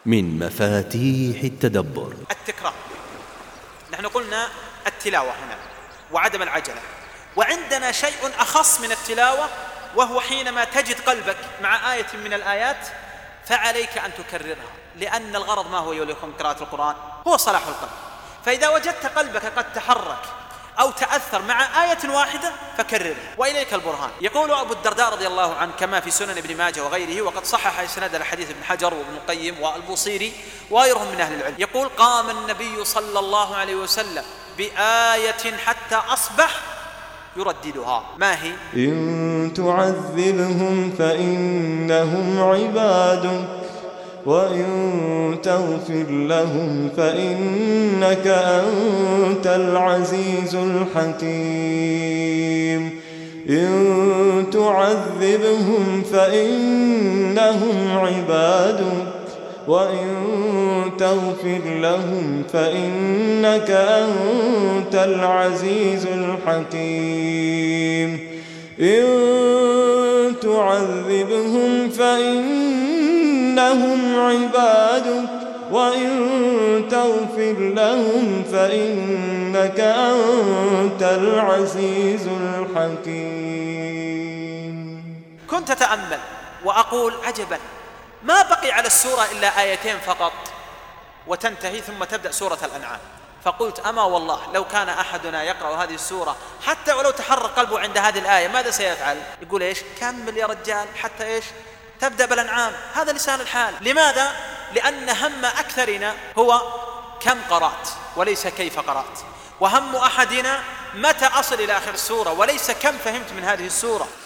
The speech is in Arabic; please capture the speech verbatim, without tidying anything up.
من مفاتيح التدبر التكرار. نحن قلنا التلاوة هنا وعدم العجلة، وعندنا شيء أخص من التلاوة، وهو حينما تجد قلبك مع آية من الآيات فعليك أن تكررها، لأن الغرض ما هو يوليكم قراءة القرآن؟ هو صلاح القلب. فإذا وجدت قلبك قد تحرك أو تأثر مع آية واحدة فكررها، وإليك البرهان. يقول أبو الدرداء رضي الله عنه كما في سنن ابن ماجه وغيره، وقد صحح إسناد الحديث ابن حجر وابن القيم والبوصيري وغيرهم من أهل العلم، يقول: قام النبي صلى الله عليه وسلم بآية حتى أصبح يرددها. ما هي؟ إن تعذبهم فإنهم عبادك وإن تغفر لهم فإنك أنت العزيز الحكيم. إن تعذبهم فإنهم عبادك وإن تغفر لهم فإنك أنت العزيز الحكيم. إن تعذبهم فإنهم عبادك وإن تغفر لهم فإنك أنت العزيز الحكيم. كنت أتأمل وأقول: عجبا، ما بقي على السورة إلا آيتين فقط وتنتهي ثم تبدأ سورة الأنعام. فقلت: أما والله لو كان أحدنا يقرأ هذه السورة حتى ولو تحرك قلبه عند هذه الآية ماذا سيفعل؟ يقول: إيش؟ كمل يا رجال حتى إيش؟ تبدأ بالأنعام. هذا لسان الحال. لماذا؟ لأن هم أكثرنا هو كم قرأت وليس كيف قرأت، وهم أحدنا متى أصل إلى آخر السورة وليس كم فهمت من هذه السورة.